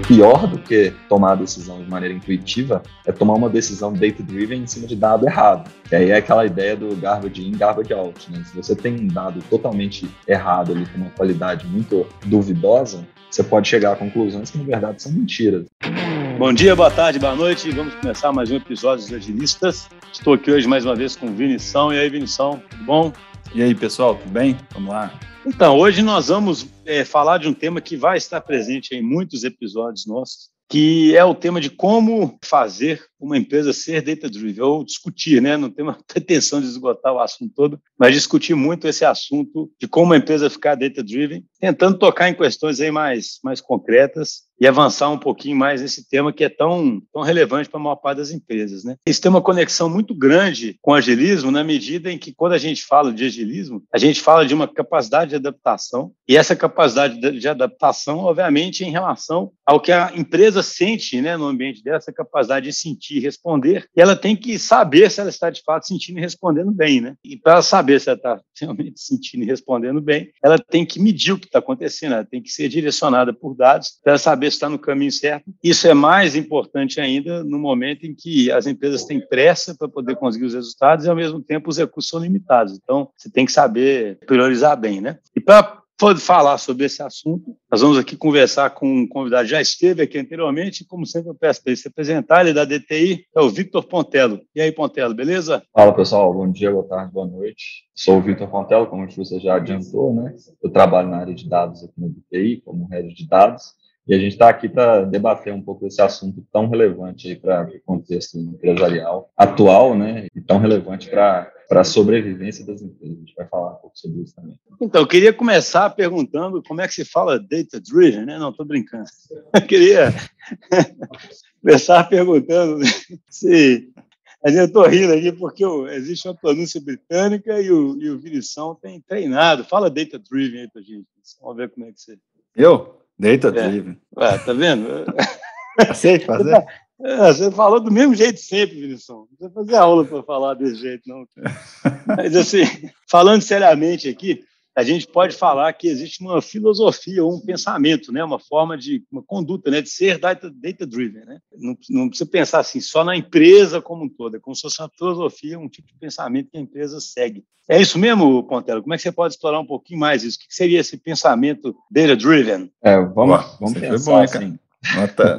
pior do que tomar a decisão de maneira intuitiva é tomar uma decisão data-driven em cima de dado errado. E aí é aquela ideia do garbage in, garbage out, né? Se você tem um dado totalmente errado ali, com uma qualidade muito duvidosa, você pode chegar a conclusões que, na verdade, são mentiras. Bom dia, boa tarde, boa noite. Vamos começar mais um episódio dos Agilistas. Estou aqui hoje mais uma vez com o Vinição. E aí, Vinição, tudo bom? E aí, pessoal, tudo bem? Vamos lá. Então, hoje nós vamos falar de um tema que vai estar presente em muitos episódios nossos, que é o tema de como fazer uma empresa ser data-driven, ou discutir, né? Não tenho uma pretensão de esgotar o assunto todo, mas discutir muito esse assunto de como a empresa ficar data-driven, tentando tocar em questões aí mais concretas e avançar um pouquinho mais nesse tema que é tão relevante para a maior parte das empresas, né? Isso tem uma conexão muito grande com o agilismo, na medida em que, quando a gente fala de agilismo, a gente fala de uma capacidade de adaptação, e essa capacidade de adaptação, obviamente, em relação ao que a empresa sente, né, no ambiente dela, essa capacidade de sentir e responder, e ela tem que saber se ela está, de fato, sentindo e respondendo bem, né? E para saber se ela está realmente sentindo e respondendo bem, ela tem que medir o que está acontecendo, ela tem que ser direcionada por dados para ela saber se está no caminho certo. Isso é mais importante ainda no momento em que as empresas têm pressa para poder conseguir os resultados e, ao mesmo tempo, os recursos são limitados. Então, você tem que saber priorizar bem, né? E para falar sobre esse assunto, nós vamos aqui conversar com um convidado que já esteve aqui anteriormente, como sempre eu peço para ele se apresentar, ele é da DTI, é o Victor Pontello. E aí, Pontello, beleza? Fala, pessoal, bom dia, boa tarde, boa noite. Sou o Victor Pontello, como você já adiantou, né? Eu trabalho na área de dados aqui na DTI, como head de dados, e a gente está aqui para debater um pouco esse assunto tão relevante aí para o contexto empresarial atual, né? E tão relevante para a sobrevivência das empresas. A gente vai falar um pouco sobre isso também. Então, eu queria começar perguntando como é que se fala data-driven, né? Não, estou brincando. Eu queria começar perguntando se... Eu estou rindo aqui porque existe uma pronúncia britânica e o Vinição tem treinado. Fala data-driven aí para a gente. Vamos ver como é que você... Eu? Data-driven. Tá vendo? Aceito fazer? Você falou do mesmo jeito sempre, Vinição. Não precisa fazer aula para falar desse jeito, não. Mas, assim, falando seriamente aqui, a gente pode falar que existe uma filosofia ou um pensamento, né? Uma forma de, uma conduta, né? De ser data-driven, né? Não precisa pensar assim só na empresa como um todo, é como se fosse uma filosofia, um tipo de pensamento que a empresa segue. É isso mesmo, Pontello? Como é que você pode explorar um pouquinho mais isso? O que seria esse pensamento data-driven? Vamos pensar foi bom, assim. Nota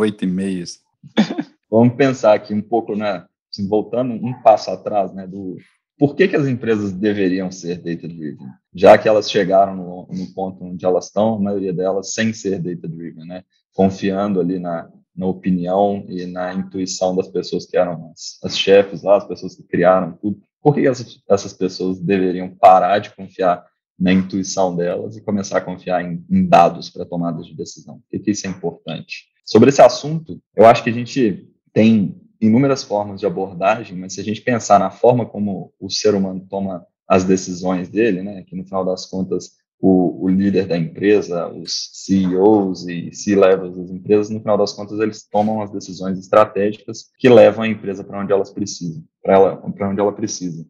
8,5. Vamos pensar aqui um pouco, né? Assim, voltando um passo atrás, né? Por que as empresas deveriam ser data-driven? Já que elas chegaram no ponto onde elas estão, a maioria delas sem ser data-driven, né? Confiando ali na opinião e na intuição das pessoas que eram as chefes lá, as pessoas que criaram tudo. Por que essas pessoas deveriam parar de confiar na intuição delas e começar a confiar em dados para tomadas de decisão? Por que isso é importante? Sobre esse assunto, eu acho que a gente tem inúmeras formas de abordagem, mas se a gente pensar na forma como o ser humano toma as decisões dele, né, que no final das contas o líder da empresa, os CEOs e C-levels das empresas, no final das contas eles tomam as decisões estratégicas que levam a empresa para onde elas precisam, para onde ela precisa.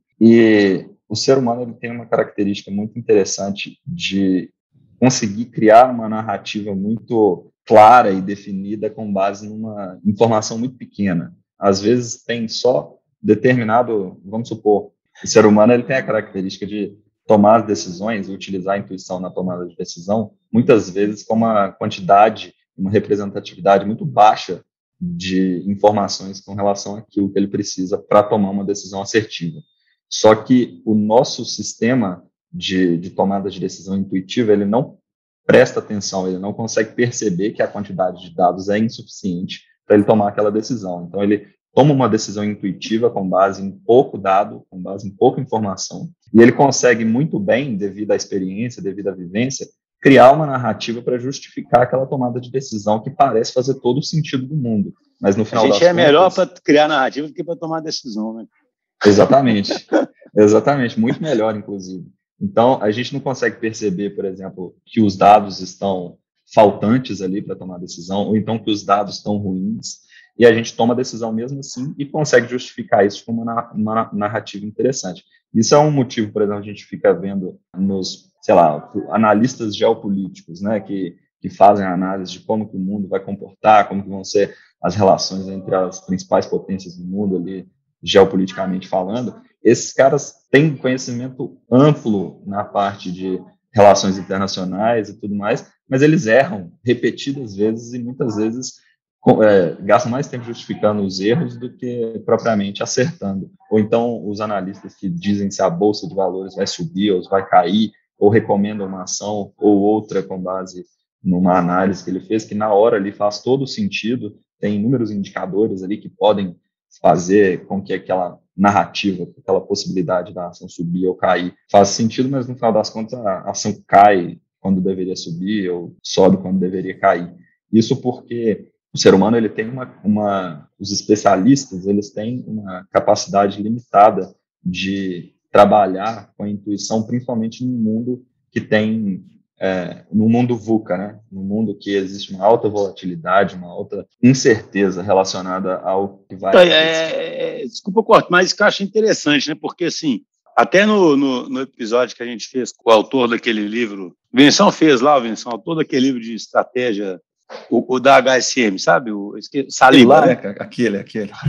E o ser humano ele tem uma característica muito interessante de conseguir criar uma narrativa muito clara e definida com base numa informação muito pequena. Às vezes tem só determinado, vamos supor, o ser humano ele tem a característica de tomar as decisões e utilizar a intuição na tomada de decisão, muitas vezes com uma quantidade, uma representatividade muito baixa de informações com relação àquilo que ele precisa para tomar uma decisão assertiva. Só que o nosso sistema de tomada de decisão intuitiva, ele não presta atenção, ele não consegue perceber que a quantidade de dados é insuficiente para ele tomar aquela decisão. Então, ele toma uma decisão intuitiva com base em pouco dado, com base em pouca informação, e ele consegue muito bem, devido à experiência, devido à vivência, criar uma narrativa para justificar aquela tomada de decisão que parece fazer todo o sentido do mundo. Mas, no final das contas... A gente é melhor para criar narrativa do que para tomar decisão, né? Exatamente. Exatamente. Muito melhor, inclusive. Então, a gente não consegue perceber, por exemplo, que os dados estão faltantes ali para tomar decisão, ou então que os dados estão ruins, e a gente toma a decisão mesmo assim e consegue justificar isso com uma narrativa interessante. Isso é um motivo, por exemplo, a gente fica vendo nos, sei lá, analistas geopolíticos, né, que que fazem a análise de como que o mundo vai comportar, como que vão ser as relações entre as principais potências do mundo ali, geopoliticamente falando, esses caras têm conhecimento amplo na parte de relações internacionais e tudo mais, mas eles erram repetidas vezes e muitas vezes gastam mais tempo justificando os erros do que propriamente acertando. Ou então os analistas que dizem se a bolsa de valores vai subir ou vai cair, ou recomendam uma ação ou outra com base numa análise que ele fez, que na hora ali faz todo sentido, tem inúmeros indicadores ali que podem fazer com que aquela narrativa, aquela possibilidade da ação subir ou cair faz sentido, mas no final das contas a ação cai quando deveria subir ou sobe quando deveria cair. Isso porque o ser humano ele tem os especialistas eles têm uma capacidade limitada de trabalhar com a intuição, principalmente no mundo que tem no mundo VUCA, né? No mundo que existe uma alta volatilidade, uma alta incerteza relacionada ao que vai acontecer. Desculpa cortar, mas isso que eu acho interessante, né? Porque, assim, até no episódio que a gente fez com o autor daquele livro, o Vinção fez lá, o autor daquele livro de estratégia, o da HSM, sabe? O Saliba, né? Aquele.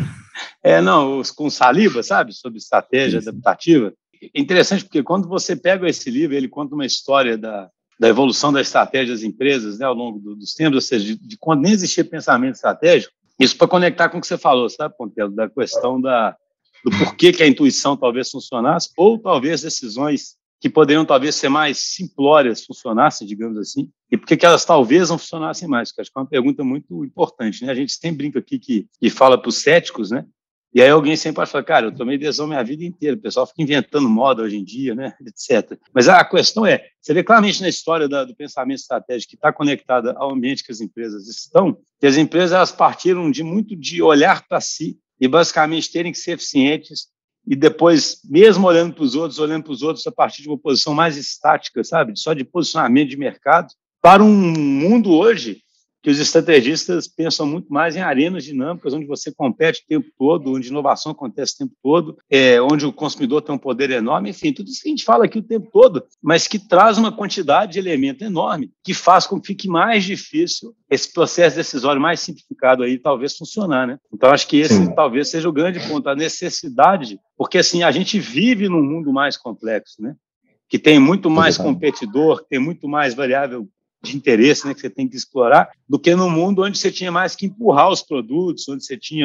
Com Saliba, sabe? Sobre estratégia adaptativa. É interessante porque quando você pega esse livro, ele conta uma história da evolução da estratégia das empresas, né, ao longo dos tempos, ou seja, de quando nem existia pensamento estratégico. Isso para conectar com o que você falou, sabe, Pontello, da questão do porquê que a intuição talvez funcionasse, ou talvez decisões que poderiam talvez ser mais simplórias funcionassem, digamos assim, e por que elas talvez não funcionassem mais, que acho que é uma pergunta muito importante, né? A gente sempre brinca aqui que fala para os céticos, né? E aí alguém sempre pode falar, cara, eu tomei decisão minha vida inteira, o pessoal fica inventando moda hoje em dia, né, etc. Mas a questão você vê claramente na história do pensamento estratégico que está conectada ao ambiente que as empresas estão, que as empresas elas partiram muito de olhar para si e basicamente terem que ser eficientes e depois, mesmo olhando para os outros a partir de uma posição mais estática, sabe, só de posicionamento de mercado, para um mundo hoje que os estrategistas pensam muito mais em arenas dinâmicas, onde você compete o tempo todo, onde inovação acontece o tempo todo, onde o consumidor tem um poder enorme, enfim, tudo isso que a gente fala aqui o tempo todo, mas que traz uma quantidade de elemento enorme, que faz com que fique mais difícil esse processo decisório mais simplificado aí, talvez funcionar, né? Então, acho que esse talvez seja o grande ponto, a necessidade, porque assim, a gente vive num mundo mais complexo, né? Que tem muito mais competidor, que tem muito mais variável de interesse, né, que você tem que explorar, do que no mundo onde você tinha mais que empurrar os produtos, onde você tinha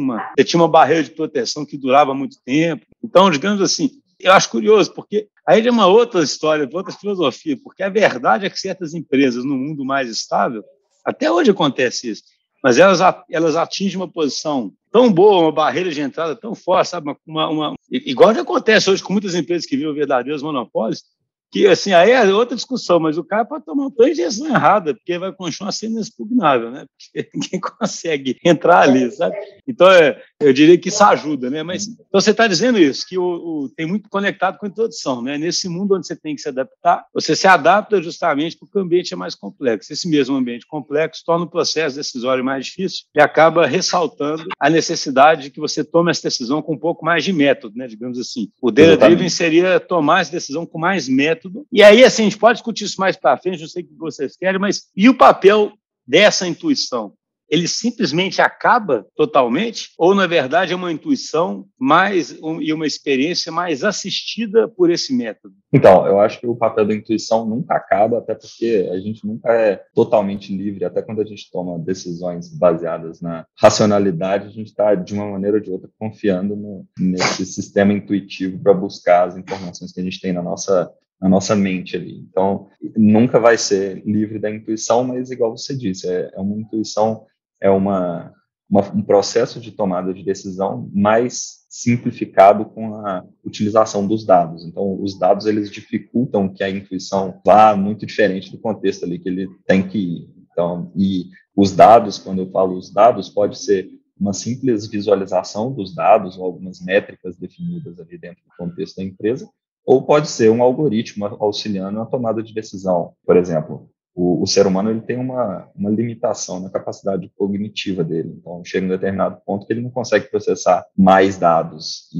uma barreira de proteção que durava muito tempo. Então, digamos assim, eu acho curioso, porque aí é uma outra história, outra filosofia, porque a verdade é que certas empresas no mundo mais estável, até hoje acontece isso, mas elas atingem uma posição tão boa, uma barreira de entrada tão forte, sabe? Igual já acontece hoje com muitas empresas que viram verdadeiros monopólios, que, assim, aí é outra discussão, mas o cara pode tomar um tanto de decisão errada, porque vai continuar sendo inexpugnável, né? Porque ninguém consegue entrar ali, sabe? Então, eu diria que isso ajuda, né? Mas, então, você está dizendo isso, que tem muito conectado com a introdução, né? Nesse mundo onde você tem que se adaptar, você se adapta justamente porque o ambiente é mais complexo. Esse mesmo ambiente complexo torna o processo decisório mais difícil e acaba ressaltando a necessidade de que você tome essa decisão com um pouco mais de método, né? Digamos assim. O data-driven seria tomar essa decisão com mais método. E aí, assim, a gente pode discutir isso mais para frente, eu sei o que vocês querem, mas e o papel dessa intuição? Ele simplesmente acaba totalmente? Ou, na verdade, é uma intuição e uma experiência mais assistida por esse método? Então, eu acho que o papel da intuição nunca acaba, até porque a gente nunca é totalmente livre, até quando a gente toma decisões baseadas na racionalidade, a gente está, de uma maneira ou de outra, confiando nesse sistema intuitivo para buscar as informações que a gente tem na nossa mente ali. Então, nunca vai ser livre da intuição, mas, igual você disse, é uma intuição, um processo de tomada de decisão mais simplificado com a utilização dos dados. Então, os dados, eles dificultam que a intuição vá muito diferente do contexto ali que ele tem que ir. Então, e os dados, quando eu falo os dados, pode ser uma simples visualização dos dados ou algumas métricas definidas ali dentro do contexto da empresa, ou pode ser um algoritmo auxiliando na tomada de decisão. Por exemplo, o ser humano ele tem uma limitação na capacidade cognitiva dele. Então, chega em um determinado ponto que ele não consegue processar mais dados. E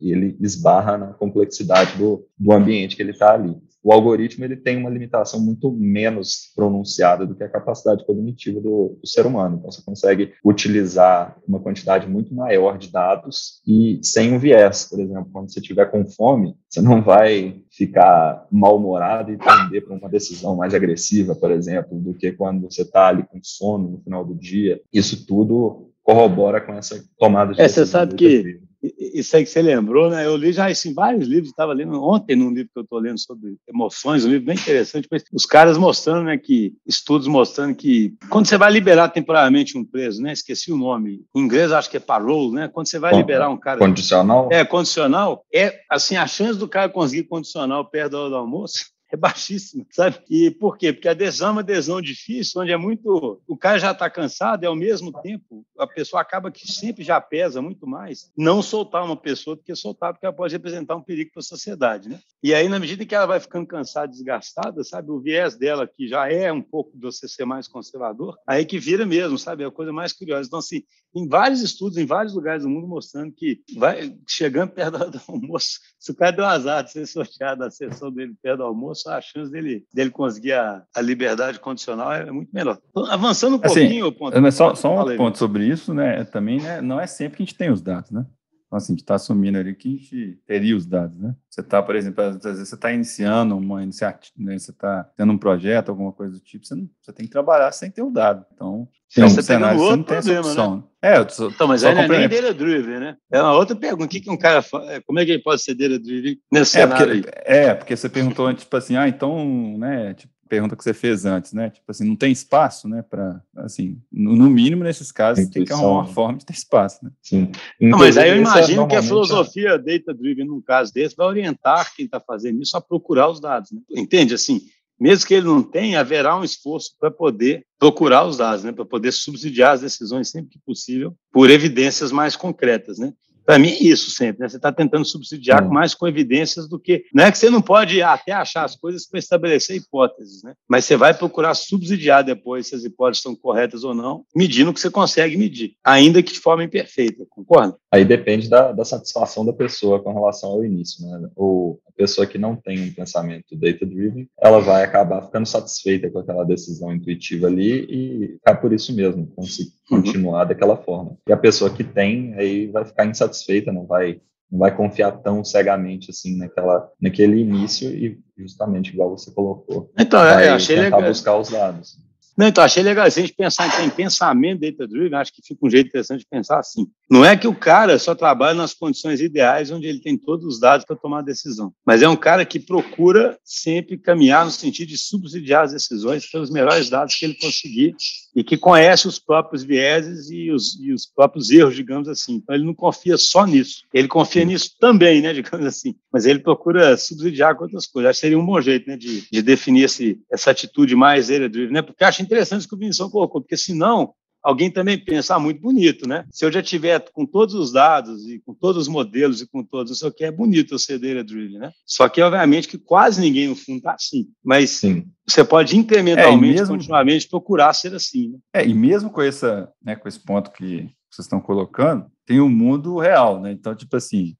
ele esbarra na complexidade do ambiente que ele está ali. O algoritmo ele tem uma limitação muito menos pronunciada do que a capacidade cognitiva do ser humano. Então, você consegue utilizar uma quantidade muito maior de dados e sem um viés. Por exemplo, quando você estiver com fome, você não vai ficar mal-humorado e tender para uma decisão mais agressiva, por exemplo, do que quando você está ali com sono no final do dia. Isso tudo corrobora com essa tomada de decisão. Você sabe que isso aí que você lembrou, né? Eu li já isso em vários livros, estava lendo ontem num livro que eu estou lendo sobre emoções, um livro bem interessante, os caras mostrando, né, estudos mostrando que quando você vai liberar temporariamente um preso, né, esqueci o nome, em inglês acho que é parole, né, quando você vai liberar um cara... Condicional? Condicional, assim, a chance do cara conseguir condicional perto da hora do almoço é baixíssima, sabe? E por quê? Porque a adesão é uma adesão difícil, onde é muito... O cara já está cansado e, ao mesmo tempo, a pessoa acaba que sempre já pesa muito mais não soltar uma pessoa do que soltar, porque ela pode representar um perigo para a sociedade, né? E aí, na medida que ela vai ficando cansada, desgastada, sabe? O viés dela, que já é um pouco de você ser mais conservador, aí que vira mesmo, sabe? É a coisa mais curiosa. Então, assim, tem vários estudos em vários lugares do mundo mostrando que vai chegando perto da hora do almoço, se o cara deu azar de ser sorteado a sessão dele perto do almoço, a chance dele conseguir a liberdade condicional é muito menor. Então, avançando um pouquinho... Mas só um outro ponto sobre isso, né? Também, né, não é sempre que a gente tem os dados, né? Então, assim, a gente está assumindo ali que a gente teria os dados, né? Você está, por exemplo, às vezes você está iniciando uma iniciativa, né? Você está tendo um projeto, alguma coisa do tipo, você tem que trabalhar sem ter o dado. Então, tem um cenário que você não tem essa opção. Né? Então, mas aí não é nem data-driven, né? É uma outra pergunta. O que um cara faz? Como é que ele pode ser data-driven nesse cenário aí? Porque você perguntou antes, tipo assim, então, né, tipo, pergunta que você fez antes, né? Tipo assim, não tem espaço, né? Para, assim, no mínimo nesses casos, tem que arrumar uma forma de ter espaço, né? Sim. Não, mas aí eu imagino que a filosofia data-driven, num caso desse, vai orientar quem está fazendo isso a procurar os dados, né? Entende? Assim, mesmo que ele não tenha, haverá um esforço para poder procurar os dados, né? Para poder subsidiar as decisões sempre que possível por evidências mais concretas, né? Para mim, isso sempre, né? Você está tentando subsidiar mais com evidências do que... Não é que você não pode até achar as coisas para estabelecer hipóteses, né? Mas você vai procurar subsidiar depois se as hipóteses são corretas ou não, medindo o que você consegue medir, ainda que de forma imperfeita, concorda? Aí depende da satisfação da pessoa com relação ao início, né? Ou a pessoa que não tem um pensamento data-driven, ela vai acabar ficando satisfeita com aquela decisão intuitiva ali e ficar por isso mesmo, continuar daquela forma. E a pessoa que tem, aí vai ficar insatisfeita, não vai confiar tão cegamente assim naquele início e justamente igual você colocou. Então, vai achei tentar legal. buscar os dados. Não, então, achei legal. Se a gente pensar em pensamento data-driven, acho que fica um jeito interessante de pensar assim. Não é que o cara só trabalha nas condições ideais onde ele tem todos os dados para tomar a decisão, mas é um cara que procura sempre caminhar no sentido de subsidiar as decisões pelos melhores dados que ele conseguir e que conhece os próprios vieses e os próprios erros, digamos assim. Então, ele não confia só nisso. Ele confia nisso também, né, digamos assim. Mas ele procura subsidiar com outras coisas. Acho que seria um bom jeito, né, de definir essa atitude mais data-driven, né? Porque acho interessante isso que o Vinícius colocou, porque senão alguém também pensa, muito bonito, né? Se eu já tiver com todos os dados e com todos os modelos e com todos, isso aqui é bonito eu ser data-driven, né? Só que, obviamente, que quase ninguém, no fundo, está assim. Mas sim, você pode incrementalmente, continuamente, procurar ser assim, né? E mesmo com esse ponto que vocês estão colocando, tem o mundo real, né? Então, tipo assim,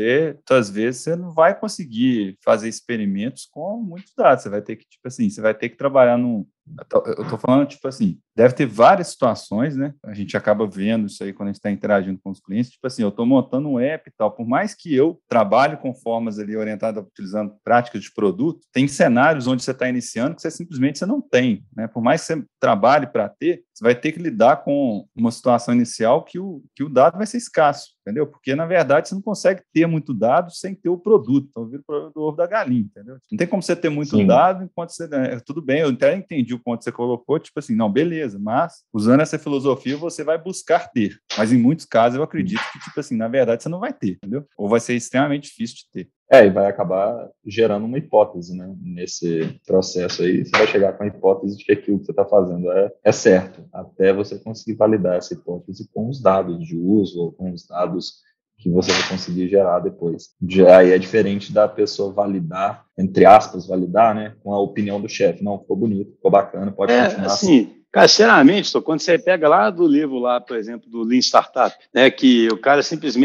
às vezes, você não vai conseguir fazer experimentos com muitos dados. Você vai ter que, tipo assim, trabalhar num... Eu estou falando, tipo assim, deve ter várias situações, né? A gente acaba vendo isso aí quando a gente está interagindo com os clientes. Tipo assim, eu estou montando um app e tal. Por mais que eu trabalhe com formas ali orientadas, utilizando práticas de produto, tem cenários onde você está iniciando que você simplesmente não tem, né? Por mais que você trabalhe para ter, você vai ter que lidar com uma situação inicial que o dado vai ser escasso, entendeu? Porque, na verdade, você não consegue ter muito dado sem ter o produto. Então, vira o ovo da galinha, entendeu? Não tem como você ter muito dado enquanto você... Tudo bem, eu até entendi o ponto que você colocou, tipo assim, não, beleza, mas usando essa filosofia você vai buscar ter, mas em muitos casos eu acredito que, tipo assim, na verdade você não vai ter, entendeu? Ou vai ser extremamente difícil de ter. E vai acabar gerando uma hipótese, né? Nesse processo aí, você vai chegar com a hipótese de que aquilo que você está fazendo é certo, até você conseguir validar essa hipótese com os dados de uso ou com os dados que você vai conseguir gerar depois. Aí é diferente da pessoa validar, entre aspas, validar, né, com a opinião do chefe. Não, ficou bonito, ficou bacana, pode continuar assim. Cara, sinceramente, quando você pega lá do livro, lá, por exemplo, do Lean Startup, né, que o cara simplesmente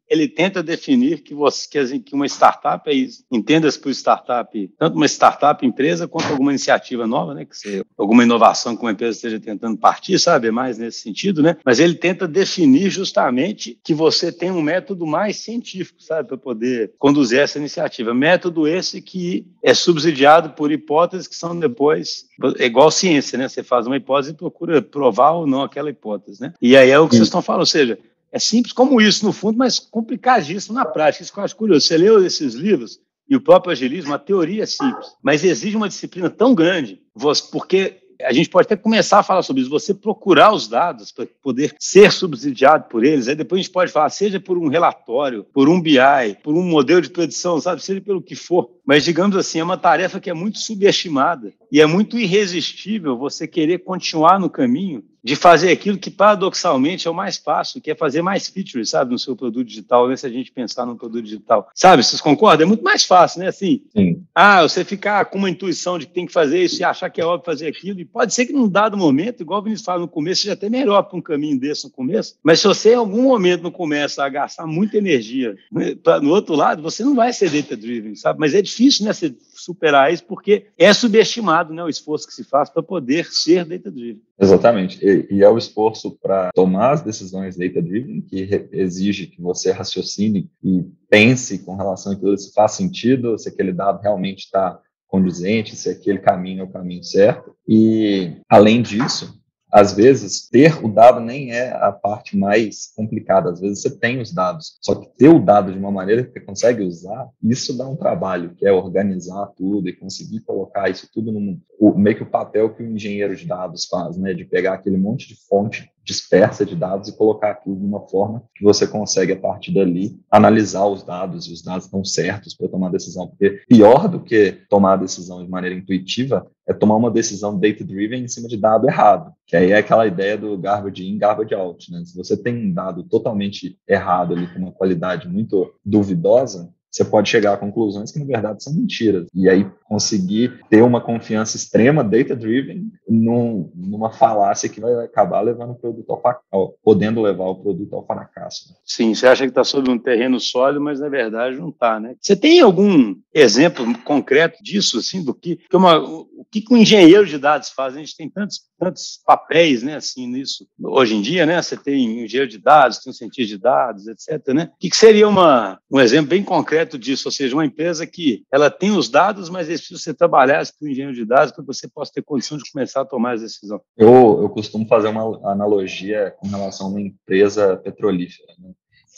ele tenta definir que uma startup é isso. Entenda-se por startup, tanto uma startup empresa quanto alguma iniciativa nova, né? Que seja alguma inovação que uma empresa esteja tentando partir, sabe? É mais nesse sentido, né? Mas ele tenta definir justamente que você tem um método mais científico, sabe? Para poder conduzir essa iniciativa. Método esse que é subsidiado por hipóteses que são depois... É igual ciência, né? Você faz uma hipótese e procura provar ou não aquela hipótese, né? E aí é o que vocês estão falando, ou seja, é simples como isso no fundo, mas complicadíssimo na prática. Isso que eu acho curioso. Você leu esses livros e o próprio agilismo, a teoria é simples, mas exige uma disciplina tão grande, porque a gente pode até começar a falar sobre isso, você procurar os dados para poder ser subsidiado por eles, aí depois a gente pode falar, seja por um relatório, por um BI, por um modelo de predição, sabe, seja pelo que for, mas digamos assim, é uma tarefa que é muito subestimada e é muito irresistível você querer continuar no caminho de fazer aquilo que, paradoxalmente, é o mais fácil, que é fazer mais features, sabe, no seu produto digital, né, se a gente pensar no produto digital. Sabe, vocês concordam? É muito mais fácil, né, assim, você ficar com uma intuição de que tem que fazer isso e achar que é óbvio fazer aquilo, e pode ser que num dado momento, igual o Vinícius fala no começo, seja até melhor para um caminho desse no começo, mas se você em algum momento não começa a gastar muita energia, né, no outro lado, você não vai ser data-driven, sabe, mas é difícil, né, você superar isso, porque é subestimado, né, o esforço que se faz para poder ser data-driven. Exatamente. E é o esforço para tomar as decisões data-driven que exige que você raciocine e pense com relação àquilo, se faz sentido, se aquele dado realmente está condizente, se aquele caminho é o caminho certo. E, além disso, às vezes, ter o dado nem é a parte mais complicada. Às vezes, você tem os dados. Só que ter o dado de uma maneira que você consegue usar, isso dá um trabalho, que é organizar tudo e conseguir colocar isso tudo meio que o papel que o engenheiro de dados faz, né? De pegar aquele monte de fonte dispersa de dados e colocar aquilo de uma forma que você consegue, a partir dali, analisar os dados, e os dados estão certos para tomar decisão. Porque pior do que tomar a decisão de maneira intuitiva é tomar uma decisão data-driven em cima de dado errado, que aí é aquela ideia do garbage in, garbage out, né? Se você tem um dado totalmente errado ali, com uma qualidade muito duvidosa, você pode chegar a conclusões que, na verdade, são mentiras. E aí conseguir ter uma confiança extrema, data-driven, numa falácia que vai acabar levando o produto podendo levar o produto ao fracasso. Né? Sim, você acha que está sobre um terreno sólido, mas, na verdade, não está, né? Você tem algum exemplo concreto disso, assim, o que um engenheiro de dados faz? A gente tem tantos papéis, né, assim, nisso. Hoje em dia, né, você tem engenheiro de dados, tem um cientista de dados, etc., né? O que seria um exemplo bem concreto disso? Ou seja, uma empresa que ela tem os dados, mas é preciso você trabalhar com o engenheiro de dados para que você possa ter condição de começar a tomar as decisões. Eu costumo fazer uma analogia com relação a uma empresa petrolífera, né?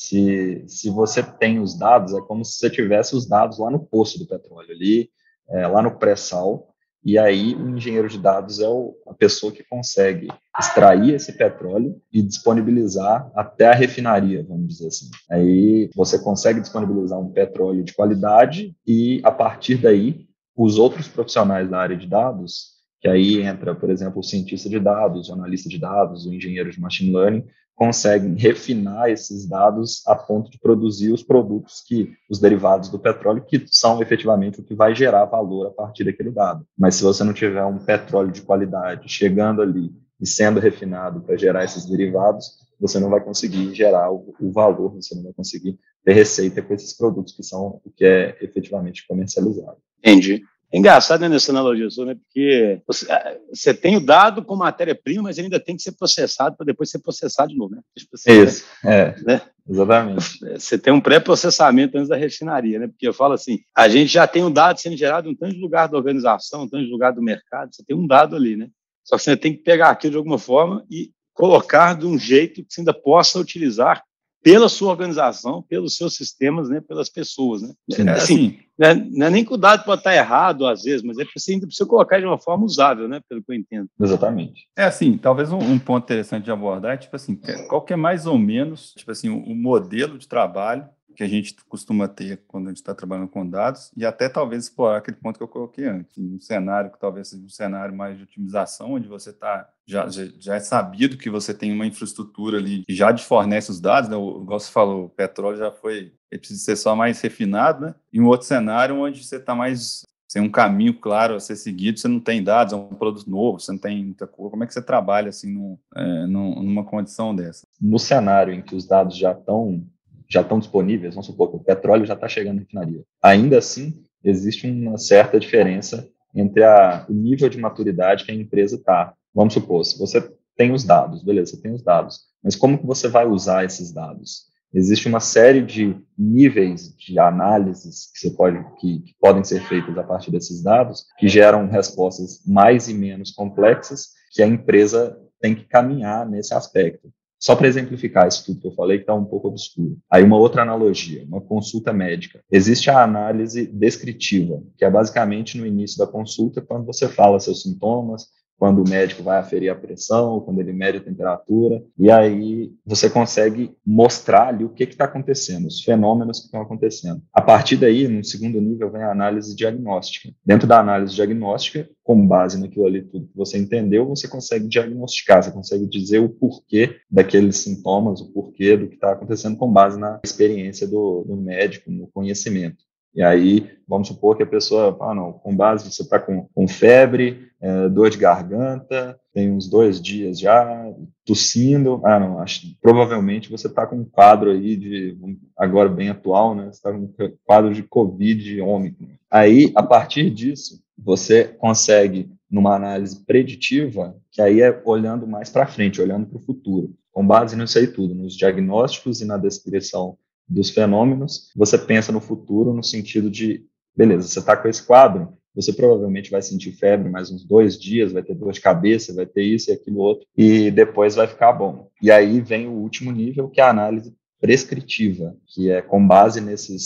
Se você tem os dados, é como se você tivesse os dados lá no poço do petróleo, ali, lá no pré-sal, e aí o engenheiro de dados é a pessoa que consegue extrair esse petróleo e disponibilizar até a refinaria, vamos dizer assim. Aí você consegue disponibilizar um petróleo de qualidade e, a partir daí, os outros profissionais da área de dados, que aí entra, por exemplo, o cientista de dados, o analista de dados, o engenheiro de machine learning, conseguem refinar esses dados a ponto de produzir os produtos os derivados do petróleo, que são efetivamente o que vai gerar valor a partir daquele dado. Mas se você não tiver um petróleo de qualidade chegando ali e sendo refinado para gerar esses derivados, você não vai conseguir gerar o valor, você não vai conseguir ter receita com esses produtos que são o que é efetivamente comercializado. Entendi. É engraçado, né, nessa analogia, né? Porque você tem o dado como matéria-prima, mas ele ainda tem que ser processado para depois ser processado de novo, né? Isso, né? Exatamente. Você tem um pré-processamento antes da refinaria, né? Porque eu falo assim, a gente já tem um dado sendo gerado em um tanto de lugar da organização, um tanto de lugar do mercado, você tem um dado ali, né? Só que você tem que pegar aquilo de alguma forma e colocar de um jeito que você ainda possa utilizar pela sua organização, pelos seus sistemas, né, pelas pessoas, né? Assim, não é nem que o dado pode estar errado às vezes, mas é que você ainda precisa colocar de uma forma usável, né, pelo que eu entendo. Exatamente. Assim, talvez um ponto interessante de abordar é, tipo assim, qual que é mais ou menos, tipo assim, o modelo de trabalho que a gente costuma ter quando a gente está trabalhando com dados, e até talvez explorar aquele ponto que eu coloquei antes, um cenário que talvez seja um cenário mais de otimização, onde você está já é sabido que você tem uma infraestrutura ali que já te fornece os dados, né? Igual você falou, o petróleo ele precisa ser só mais refinado, né? E um outro cenário onde você está mais sem um caminho claro a ser seguido, você não tem dados, é um produto novo, você não tem muita coisa. Como é que você trabalha assim numa condição dessa? No cenário em que os dados já estão já estão disponíveis, vamos supor que o petróleo já está chegando na refinaria. Ainda assim, existe uma certa diferença entre o nível de maturidade que a empresa está. Vamos supor, se você tem os dados, beleza, você tem os dados, mas como que você vai usar esses dados? Existe uma série de níveis de análises que podem ser feitas a partir desses dados, que geram respostas mais e menos complexas, que a empresa tem que caminhar nesse aspecto. Só para exemplificar isso tudo que eu falei, que está um pouco obscuro. Aí uma outra analogia, uma consulta médica. Existe a análise descritiva, que é basicamente no início da consulta, quando você fala seus sintomas, quando o médico vai aferir a pressão, quando ele mede a temperatura, e aí você consegue mostrar ali o que está acontecendo, os fenômenos que estão acontecendo. A partir daí, no segundo nível, vem a análise diagnóstica. Dentro da análise diagnóstica, com base naquilo ali tudo que você entendeu, você consegue diagnosticar, você consegue dizer o porquê daqueles sintomas, o porquê do que está acontecendo com base na experiência do médico, no conhecimento. E aí, vamos supor que a pessoa fala, não, com base, você está com febre, dor de garganta, tem uns 2 dias já, tossindo, não, provavelmente você está com um quadro aí agora bem atual, né, você está com um quadro de Covid Ômicron. Aí, a partir disso, você consegue, numa análise preditiva, que aí é olhando mais para frente, olhando para o futuro, com base nisso aí tudo, nos diagnósticos e na descrição dos fenômenos, você pensa no futuro no sentido de, beleza, você está com esse quadro, você provavelmente vai sentir febre mais uns 2 dias, vai ter dor de cabeça, vai ter isso e aquilo outro, e depois vai ficar bom. E aí vem o último nível, que é a análise prescritiva, que é com base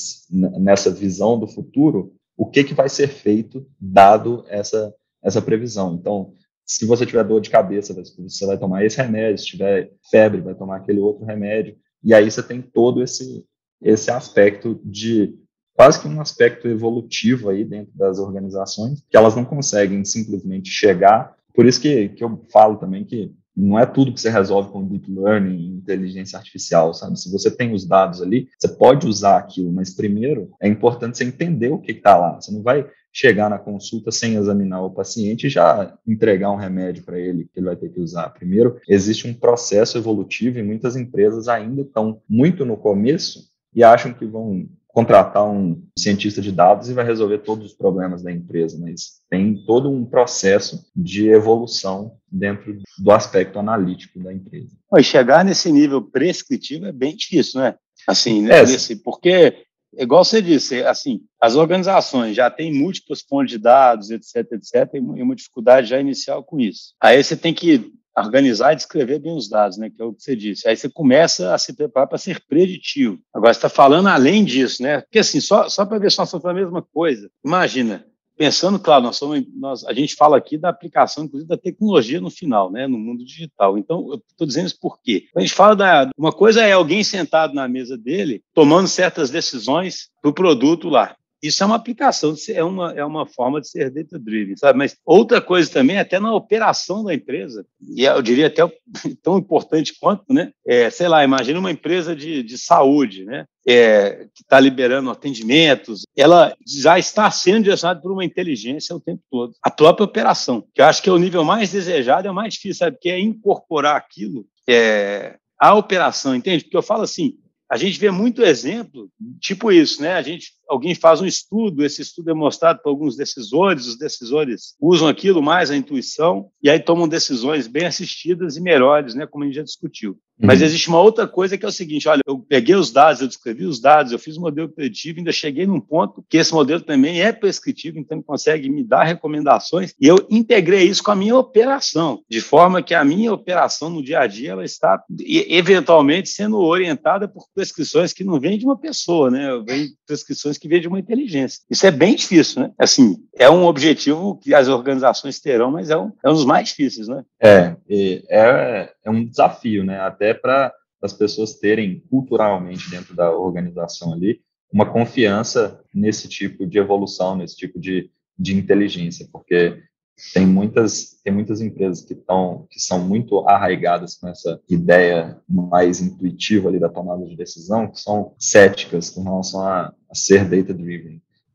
nessa visão do futuro, o que vai ser feito dado essa previsão. Então, se você tiver dor de cabeça, você vai tomar esse remédio, se tiver febre, vai tomar aquele outro remédio, e aí você tem todo esse aspecto de, quase que um aspecto evolutivo aí dentro das organizações, que elas não conseguem simplesmente chegar. Por isso que eu falo também que não é tudo que você resolve com deep learning, inteligência artificial, sabe? Se você tem os dados ali, você pode usar aquilo, mas primeiro é importante você entender o que está lá. Você não vai chegar na consulta sem examinar o paciente e já entregar um remédio para ele que ele vai ter que usar. Primeiro, existe um processo evolutivo e muitas empresas ainda estão muito no começo e acham que vão contratar um cientista de dados e vai resolver todos os problemas da empresa, mas tem todo um processo de evolução dentro do aspecto analítico da empresa. E chegar nesse nível prescritivo é bem difícil, né? Assim, né? Porque, igual você disse, assim, as organizações já têm múltiplas fontes de dados, etc., e uma dificuldade já inicial com isso. Aí você tem que organizar e descrever bem os dados, né, que é o que você disse. Aí você começa a se preparar para ser preditivo. Agora, você está falando além disso, né? Porque, assim, só para ver se nós estamos falando a mesma coisa. Imagina, pensando, claro, a gente fala aqui da aplicação, inclusive, da tecnologia no final, né, no mundo digital. Então, eu estou dizendo isso por quê? Quando a gente fala uma coisa é alguém sentado na mesa dele, tomando certas decisões para o produto lá. Isso é uma aplicação, é uma forma de ser data-driven, sabe? Mas outra coisa também, até na operação da empresa, e eu diria até tão importante quanto, né? Sei lá, imagina uma empresa de saúde, né? Que está liberando atendimentos, ela já está sendo direcionada por uma inteligência o tempo todo. A própria operação, que eu acho que é o nível mais desejado, é o mais difícil, sabe? Porque é incorporar aquilo à operação, entende? Porque eu falo assim, a gente vê muito exemplo, tipo isso, né? Alguém faz um estudo, esse estudo é mostrado por alguns decisores, os decisores usam aquilo mais a intuição e aí tomam decisões bem assistidas e melhores, né? Como a gente já discutiu. Mas existe uma outra coisa que é o seguinte, olha, eu peguei os dados, eu descrevi os dados, eu fiz um modelo preditivo, ainda cheguei num ponto que esse modelo também é prescritivo, então ele consegue me dar recomendações e eu integrei isso com a minha operação, de forma que a minha operação no dia a dia ela está eventualmente sendo orientada por prescrições que não vêm de uma pessoa, né? Vêm prescrições que vêm de uma inteligência. Isso é bem difícil, né? Assim, é um objetivo que as organizações terão, mas é um dos mais difíceis, né? É um desafio, né? Até para as pessoas terem culturalmente dentro da organização ali uma confiança nesse tipo de evolução, nesse tipo de inteligência, porque tem muitas empresas que são muito arraigadas com essa ideia mais intuitiva ali da tomada de decisão, que são céticas com relação a ser data-driven.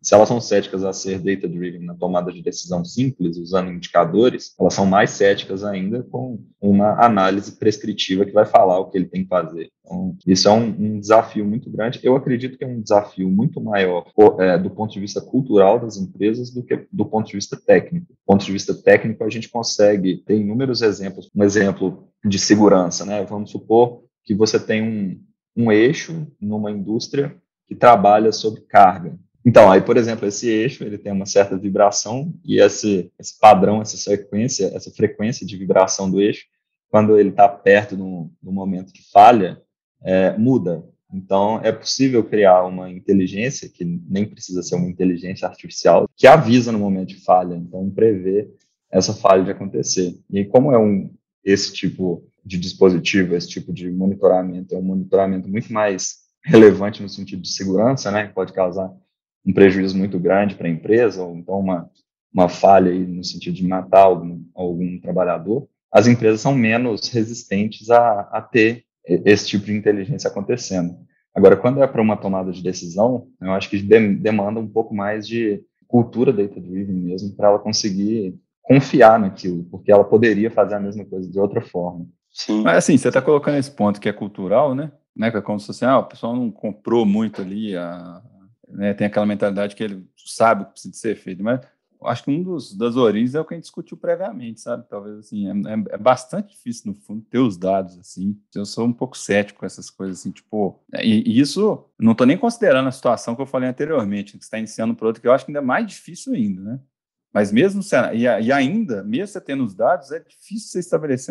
se elas são céticas a ser data-driven na tomada de decisão simples, usando indicadores, elas são mais céticas ainda com uma análise prescritiva que vai falar o que ele tem que fazer. Então, isso é um desafio muito grande. Eu acredito que é um desafio muito maior do ponto de vista cultural das empresas do que do ponto de vista técnico. Do ponto de vista técnico, a gente consegue ter inúmeros exemplos. Um exemplo de segurança, né? Vamos supor que você tem um eixo numa indústria que trabalha sob carga. Então, aí, por exemplo, esse eixo ele tem uma certa vibração e esse padrão, essa frequência de vibração do eixo, quando ele está perto do momento que falha, muda. Então, é possível criar uma inteligência, que nem precisa ser uma inteligência artificial, que avisa no momento de falha, então prevê essa falha de acontecer. E como esse tipo de dispositivo, esse tipo de monitoramento, é um monitoramento muito mais relevante no sentido de segurança, né, que pode causar um prejuízo muito grande para a empresa, ou então uma falha aí no sentido de matar algum trabalhador, as empresas são menos resistentes a ter esse tipo de inteligência acontecendo. Agora, quando é para uma tomada de decisão, eu acho que demanda um pouco mais de cultura data-driven mesmo, para ela conseguir confiar naquilo, porque ela poderia fazer a mesma coisa de outra forma. Sim. Mas assim, você está colocando esse ponto que é cultural, né? Que é como se assim, o pessoal não comprou muito ali, né, tem aquela mentalidade que ele sabe o que precisa ser feito, mas eu acho que das origens é o que a gente discutiu previamente, sabe? Talvez assim, é bastante difícil, no fundo, ter os dados, assim. Eu sou um pouco cético com essas coisas, assim, tipo... E isso, não estou nem considerando a situação que eu falei anteriormente, que você está iniciando um produto que eu acho que ainda é mais difícil ainda, né? Mas mesmo ainda, mesmo você tendo os dados, é difícil você estabelecer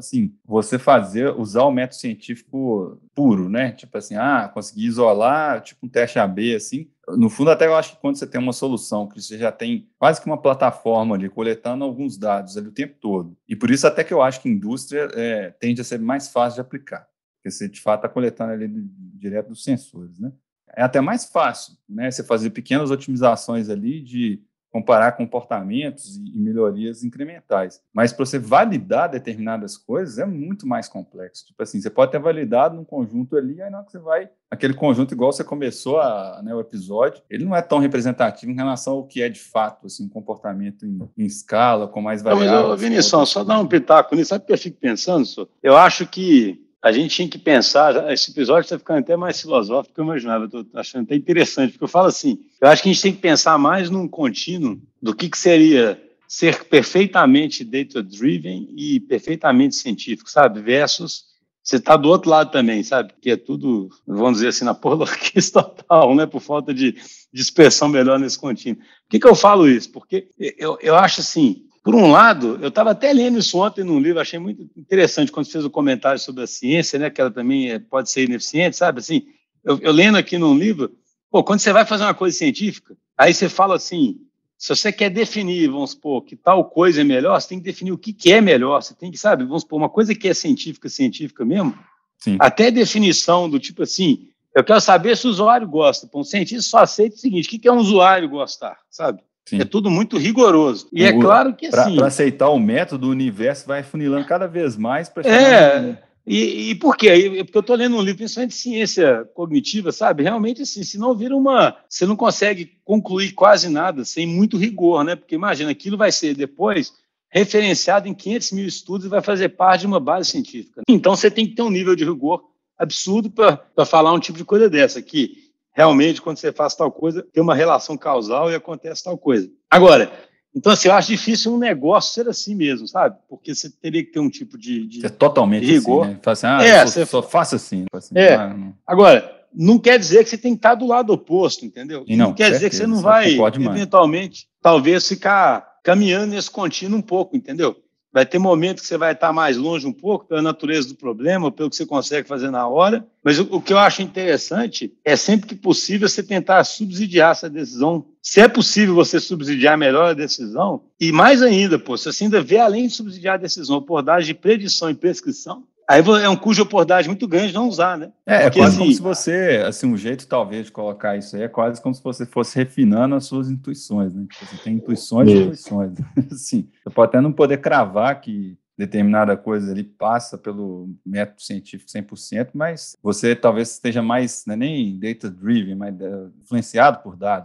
usar o método científico puro, né? Tipo assim, conseguir isolar, tipo um teste AB, assim. No fundo, até eu acho que quando você tem uma solução, que você já tem quase que uma plataforma ali, coletando alguns dados ali o tempo todo. E por isso até que eu acho que a indústria tende a ser mais fácil de aplicar. Porque você, de fato, está coletando ali direto dos sensores, né? É até mais fácil, né? Você fazer pequenas otimizações ali de comparar comportamentos e melhorias incrementais. Mas para você validar determinadas coisas é muito mais complexo. Tipo assim, você pode ter validado num conjunto ali, aí na hora que você vai... Aquele conjunto, igual você começou o episódio, ele não é tão representativo em relação ao que é de fato, assim, um comportamento em escala, com mais variáveis. Mas, Vinição, só dar um pitaco nisso, sabe o que eu fico pensando, senhor? Eu acho que a gente tinha que pensar, esse episódio está ficando até mais filosófico do que eu imaginava, eu estou achando até interessante, porque eu falo assim, eu acho que a gente tem que pensar mais num contínuo do que seria ser perfeitamente data-driven e perfeitamente científico, sabe? Versus você está do outro lado também, sabe? Que é tudo, vamos dizer assim, na porloquice total, né? Por falta de expressão melhor nesse contínuo. Por que eu falo isso? Porque eu acho assim... Por um lado, eu estava até lendo isso ontem num livro, achei muito interessante quando você fez o comentário sobre a ciência, né, que ela também pode ser ineficiente, sabe? Assim, eu lendo aqui num livro, quando você vai fazer uma coisa científica, aí você fala assim, se você quer definir, vamos supor, que tal coisa é melhor, você tem que definir o que é melhor, você tem que, sabe, vamos supor, uma coisa que é científica mesmo, sim. Até definição do tipo assim, eu quero saber se o usuário gosta. Um cientista só aceita o seguinte, o que é um usuário gostar, sabe? Sim. É tudo muito rigoroso. E é claro que assim... Para aceitar o método, o universo vai funilando cada vez mais para chegar... E por quê? Porque eu estou lendo um livro, principalmente de ciência cognitiva, sabe? Realmente, assim, se não vira você não consegue concluir quase nada sem muito rigor, né? Porque, imagina, aquilo vai ser depois referenciado em 500 mil estudos e vai fazer parte de uma base científica. Então, você tem que ter um nível de rigor absurdo para falar um tipo de coisa dessa, que realmente, quando você faz tal coisa, tem uma relação causal e acontece tal coisa. Agora, então, assim, eu acho difícil um negócio ser assim mesmo, sabe? Porque você teria que ter um tipo de totalmente rigor. Assim, né? Fala assim, só faça assim. Não. Agora, não quer dizer que você tem que estar do lado oposto, entendeu? E não quer dizer que você não vai, eventualmente, talvez ficar caminhando nesse contínuo um pouco, entendeu? Vai ter momentos que você vai estar mais longe um pouco pela natureza do problema, pelo que você consegue fazer na hora. Mas o que eu acho interessante é sempre que possível você tentar subsidiar essa decisão. Se é possível você subsidiar melhor a decisão, e mais ainda, se você ainda vê além de subsidiar a decisão, abordagem de predição e prescrição, aí é um custo de oportunidade muito grande não usar, né? Porque, é quase como se você, assim, um jeito talvez de colocar isso aí é quase como se você fosse refinando as suas intuições, né? Tipo, você tem intuições e intuições. Assim, você pode até não poder cravar que determinada coisa ali passa pelo método científico 100%, mas você talvez esteja mais, não é nem data-driven, mas influenciado por dados, né?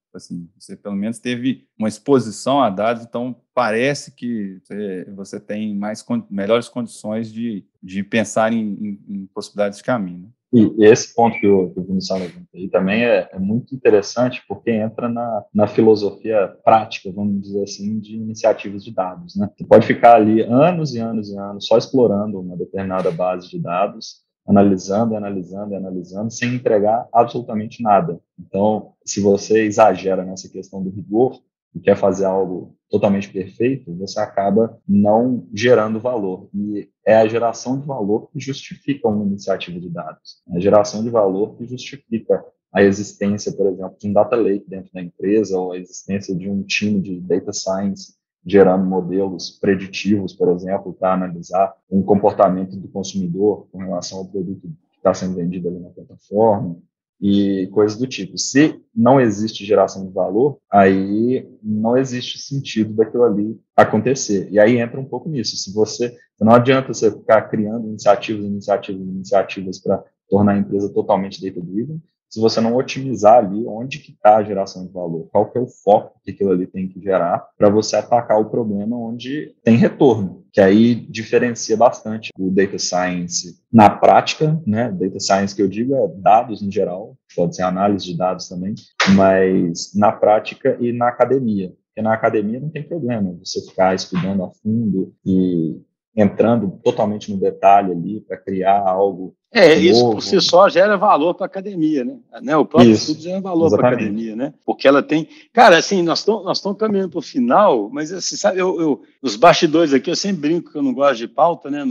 Assim, você pelo menos teve uma exposição a dados, então parece que você tem melhores condições de pensar em possibilidades de caminho, né? E esse ponto que o Vinícius levanta aí também é muito interessante, porque entra na filosofia prática, vamos dizer assim, de iniciativas de dados, né? Você pode ficar ali anos e anos e anos só explorando uma determinada base de dados, analisando, sem entregar absolutamente nada. Então, se você exagera nessa questão do rigor e quer fazer algo totalmente perfeito, você acaba não gerando valor. E é a geração de valor que justifica uma iniciativa de dados. É a geração de valor que justifica a existência, por exemplo, de um data lake dentro da empresa, ou a existência de um time de data science gerando modelos preditivos, por exemplo, para analisar um comportamento do consumidor com relação ao produto que está sendo vendido ali na plataforma, e coisas do tipo. Se não existe geração de valor, aí não existe sentido daquilo ali acontecer. E aí entra um pouco nisso. Não adianta você ficar criando iniciativas para tornar a empresa totalmente data-driven, se você não otimizar ali onde que está a geração de valor, qual que é o foco que aquilo ali tem que gerar para você atacar o problema onde tem retorno, que aí diferencia bastante o data science na prática, né? Data science que eu digo é dados em geral, pode ser análise de dados também, mas na prática e na academia. Porque na academia não tem problema você ficar estudando a fundo e entrando totalmente no detalhe ali para criar algo Isso novo. por si só gera valor para a academia, né? O próprio estudo gera valor para a academia, né? Porque ela tem... Cara, assim, nós estamos caminhando para o final, mas, assim, sabe, os bastidores aqui, eu sempre brinco que eu não gosto de pauta, né,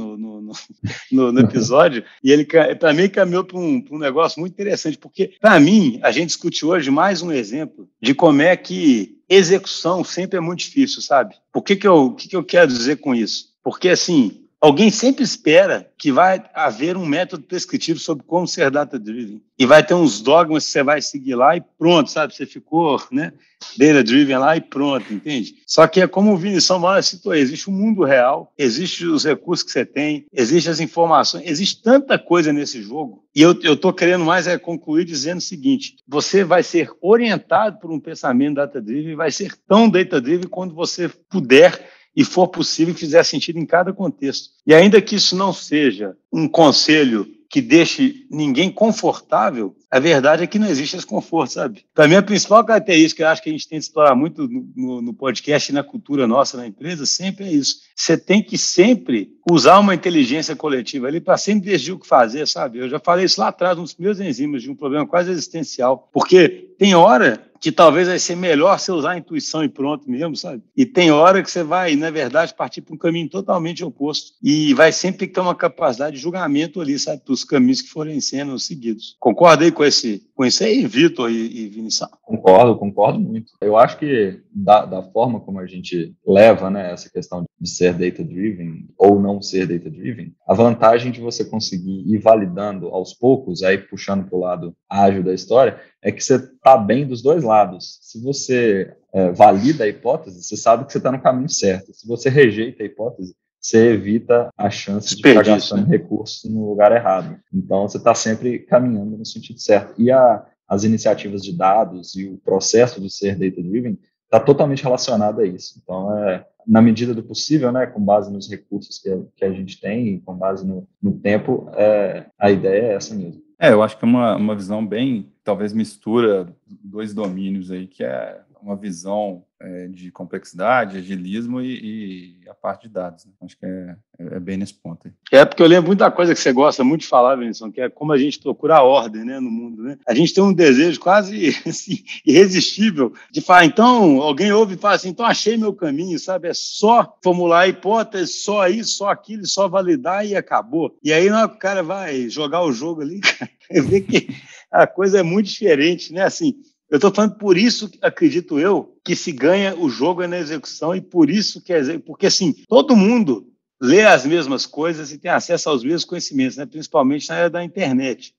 no episódio, e ele, para mim, caminhou para um negócio muito interessante, porque, para mim, a gente discute hoje mais um exemplo de como é que execução sempre é muito difícil, sabe? O que eu quero dizer com isso? Porque, assim... Alguém sempre espera que vai haver um método prescritivo sobre como ser data-driven. E vai ter uns dogmas que você vai seguir lá e pronto, sabe? Você ficou, né, data-driven lá e pronto, entende? Só que é como o Vinícius Moura citou, existe o mundo real, existem os recursos que você tem, existem as informações, existe tanta coisa nesse jogo. E eu estou querendo mais concluir dizendo o seguinte, você vai ser orientado por um pensamento data-driven e vai ser tão data-driven quando você puder e for possível que fizer sentido em cada contexto. E ainda que isso não seja um conselho que deixe ninguém confortável, a verdade é que não existe esse conforto, sabe? Para mim, a principal característica que eu acho que a gente tem que explorar muito no podcast e na cultura nossa na empresa sempre é isso. Você tem que sempre usar uma inteligência coletiva ali para sempre decidir o que fazer, sabe? Eu já falei isso lá atrás, nos meus enzimas, de um problema quase existencial. Porque tem hora que talvez vai ser melhor você usar a intuição e pronto mesmo, sabe? E tem hora que você vai, na verdade, partir para um caminho totalmente oposto. E vai sempre ter uma capacidade de julgamento ali, sabe? Para os caminhos que forem sendo seguidos. Concorda aí com isso aí, Vitor e Vinícius? Concordo muito. Eu acho que da forma como a gente leva, né, essa questão de ser data-driven ou não ser data-driven, a vantagem de você conseguir ir validando aos poucos, aí puxando para o lado ágil da história, é que você está bem dos dois lados. Se você valida a hipótese, você sabe que você está no caminho certo. Se você rejeita a hipótese, você evita a chance de ficar gastando recursos no lugar errado. Então, você está sempre caminhando no sentido certo. E as iniciativas de dados e o processo de ser data-driven está totalmente relacionado a isso. Então, na medida do possível, né, com base nos recursos que a gente tem e com base no tempo, a ideia é essa mesmo. Eu acho que é uma visão bem, talvez mistura dois domínios aí, que é uma visão de complexidade, agilismo e a parte de dados. Né? Acho que é bem nesse ponto aí. Porque eu lembro muita coisa que você gosta muito de falar, Vinícius, que é como a gente procura a ordem, né, no mundo. Né? A gente tem um desejo quase assim, irresistível de falar, então, alguém ouve e fala assim, então achei meu caminho, sabe? É só formular a hipótese, só isso, só aquilo, só validar e acabou. E aí o cara vai jogar o jogo ali, vê que a coisa é muito diferente, né? Assim, eu estou falando por isso, acredito eu, que se ganha o jogo na execução e por isso porque assim, todo mundo lê as mesmas coisas e tem acesso aos mesmos conhecimentos, né? Principalmente na área da internet.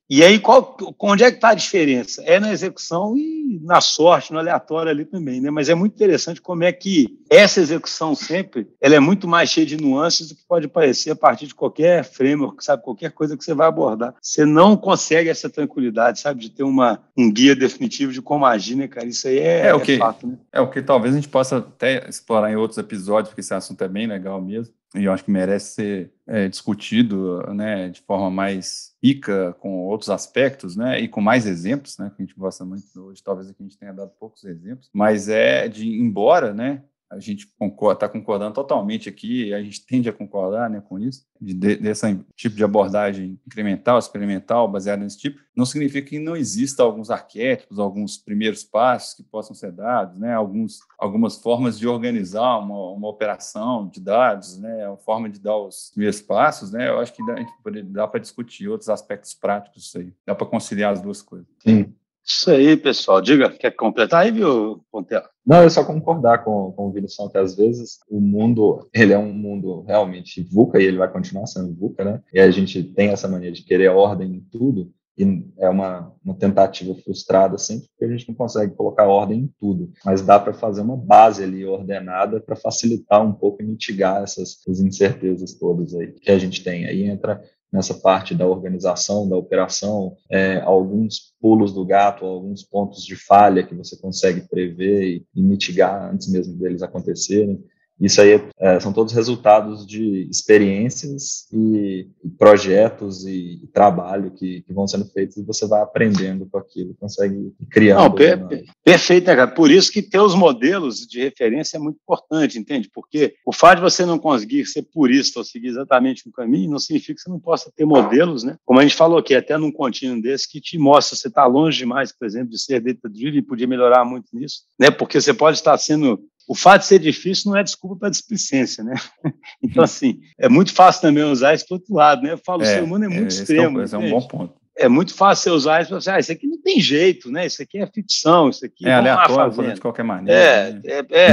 E aí, onde é que está a diferença? É na execução e na sorte, no aleatório ali também, né? Mas é muito interessante como é que essa execução sempre, ela é muito mais cheia de nuances do que pode parecer a partir de qualquer framework, sabe? Qualquer coisa que você vai abordar. Você não consegue essa tranquilidade, sabe? De ter um guia definitivo de como agir, né, cara? Isso aí é fato, né? É o que talvez a gente possa até explorar em outros episódios, porque esse assunto é bem legal mesmo. E eu acho que merece ser discutido, né, de forma mais rica, com outros aspectos, né, e com mais exemplos, né, que a gente gosta muito hoje. Talvez aqui a gente tenha dado poucos exemplos, mas embora, né, a gente está concordando totalmente aqui, a gente tende a concordar, né, com isso, desse tipo de abordagem incremental, experimental, baseada nesse tipo, não significa que não exista alguns arquétipos, alguns primeiros passos que possam ser dados, né, algumas formas de organizar uma operação de dados, né, a forma de dar os primeiros passos, né, eu acho que dá para discutir outros aspectos práticos disso aí, dá para conciliar as duas coisas. Sim. Isso aí, pessoal. Diga, quer completar aí, viu, Pontel? Não, eu só concordar com o Vinição, que às vezes o mundo, ele é um mundo realmente VUCA e ele vai continuar sendo VUCA, né? E a gente tem essa mania de querer ordem em tudo e é uma tentativa frustrada sempre, porque a gente não consegue colocar ordem em tudo, mas dá para fazer uma base ali ordenada para facilitar um pouco e mitigar essas incertezas todas aí que a gente tem. Aí entra nessa parte da organização, da operação, alguns pulos do gato, alguns pontos de falha que você consegue prever e mitigar antes mesmo deles acontecerem. Isso aí são todos resultados de experiências e projetos e trabalho que vão sendo feitos e você vai aprendendo com aquilo, consegue criar. Não, perfeito, né, cara? Por isso que ter os modelos de referência é muito importante, entende? Porque o fato de você não conseguir ser purista ou seguir exatamente um caminho não significa que você não possa ter modelos, né? Como a gente falou aqui, até num contínuo desse que te mostra se você está longe demais, por exemplo, de ser data-driven e podia melhorar muito nisso, né? Porque você pode estar sendo... O fato de ser difícil não é desculpa para displicência, né? Então, assim, é muito fácil também usar isso para o outro lado, né? Eu falo, o ser humano é muito extremo. Esse é um bom ponto. É muito fácil você usar isso para dizer, isso aqui não tem jeito, né? Isso aqui é ficção, isso aqui é aleatório, fazer de qualquer maneira.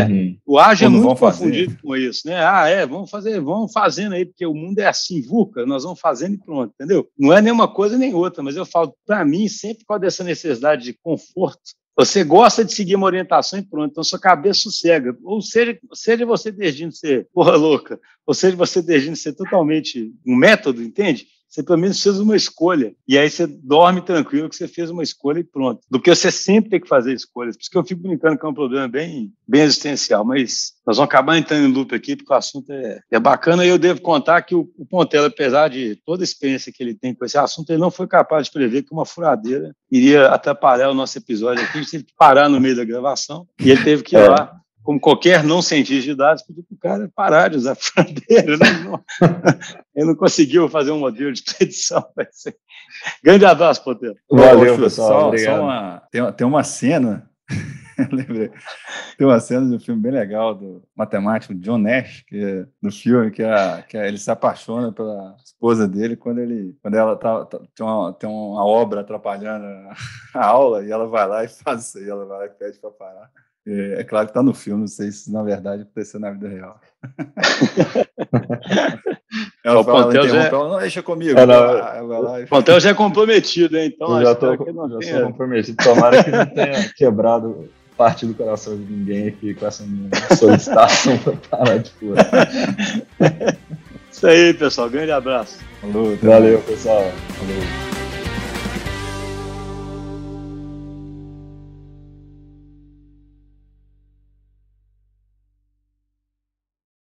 O ágil é muito confundido com isso, né? Vamos fazendo aí, porque o mundo é assim, VUCA, nós vamos fazendo e pronto, entendeu? Não é nenhuma coisa nem outra, mas eu falo, para mim, sempre com essa necessidade de conforto, você gosta de seguir uma orientação e pronto, então sua cabeça sossega. Ou seja você decidindo ser porra louca, ou seja você decidindo ser totalmente um método, entende? Você pelo menos fez uma escolha. E aí você dorme tranquilo que você fez uma escolha e pronto. Do que você sempre tem que fazer escolhas. Por isso que eu fico brincando que é um problema bem existencial. Mas nós vamos acabar entrando em loop aqui, porque o assunto é bacana. E eu devo contar que o Pontello, apesar de toda a experiência que ele tem com esse assunto, ele não foi capaz de prever que uma furadeira iria atrapalhar o nosso episódio aqui. A gente teve que parar no meio da gravação. E ele teve que ir lá, como qualquer não cientista de dados, pedir para o cara parar de usar furadeira, né? Ele não conseguiu fazer um modelo de predição. Grande abraço, Pontello. Valeu, pessoal. Obrigado. Tem uma cena, lembrei, tem uma cena de um filme bem legal do matemático John Nash, do filme, que ele se apaixona pela esposa dele quando ela tem uma obra atrapalhando a aula, e ela vai lá e faz isso aí, ela vai lá e pede para parar. É claro que está no filme, não sei se na verdade aconteceu na vida real. Ela não deixa comigo. O Pontello já é comprometido, hein? Então, eu já sou comprometido. Tomara que não tenha quebrado parte do coração de ninguém aqui com essa minha solicitação para parar de furar. Isso aí, pessoal. Grande abraço. Valeu, pessoal. Valeu.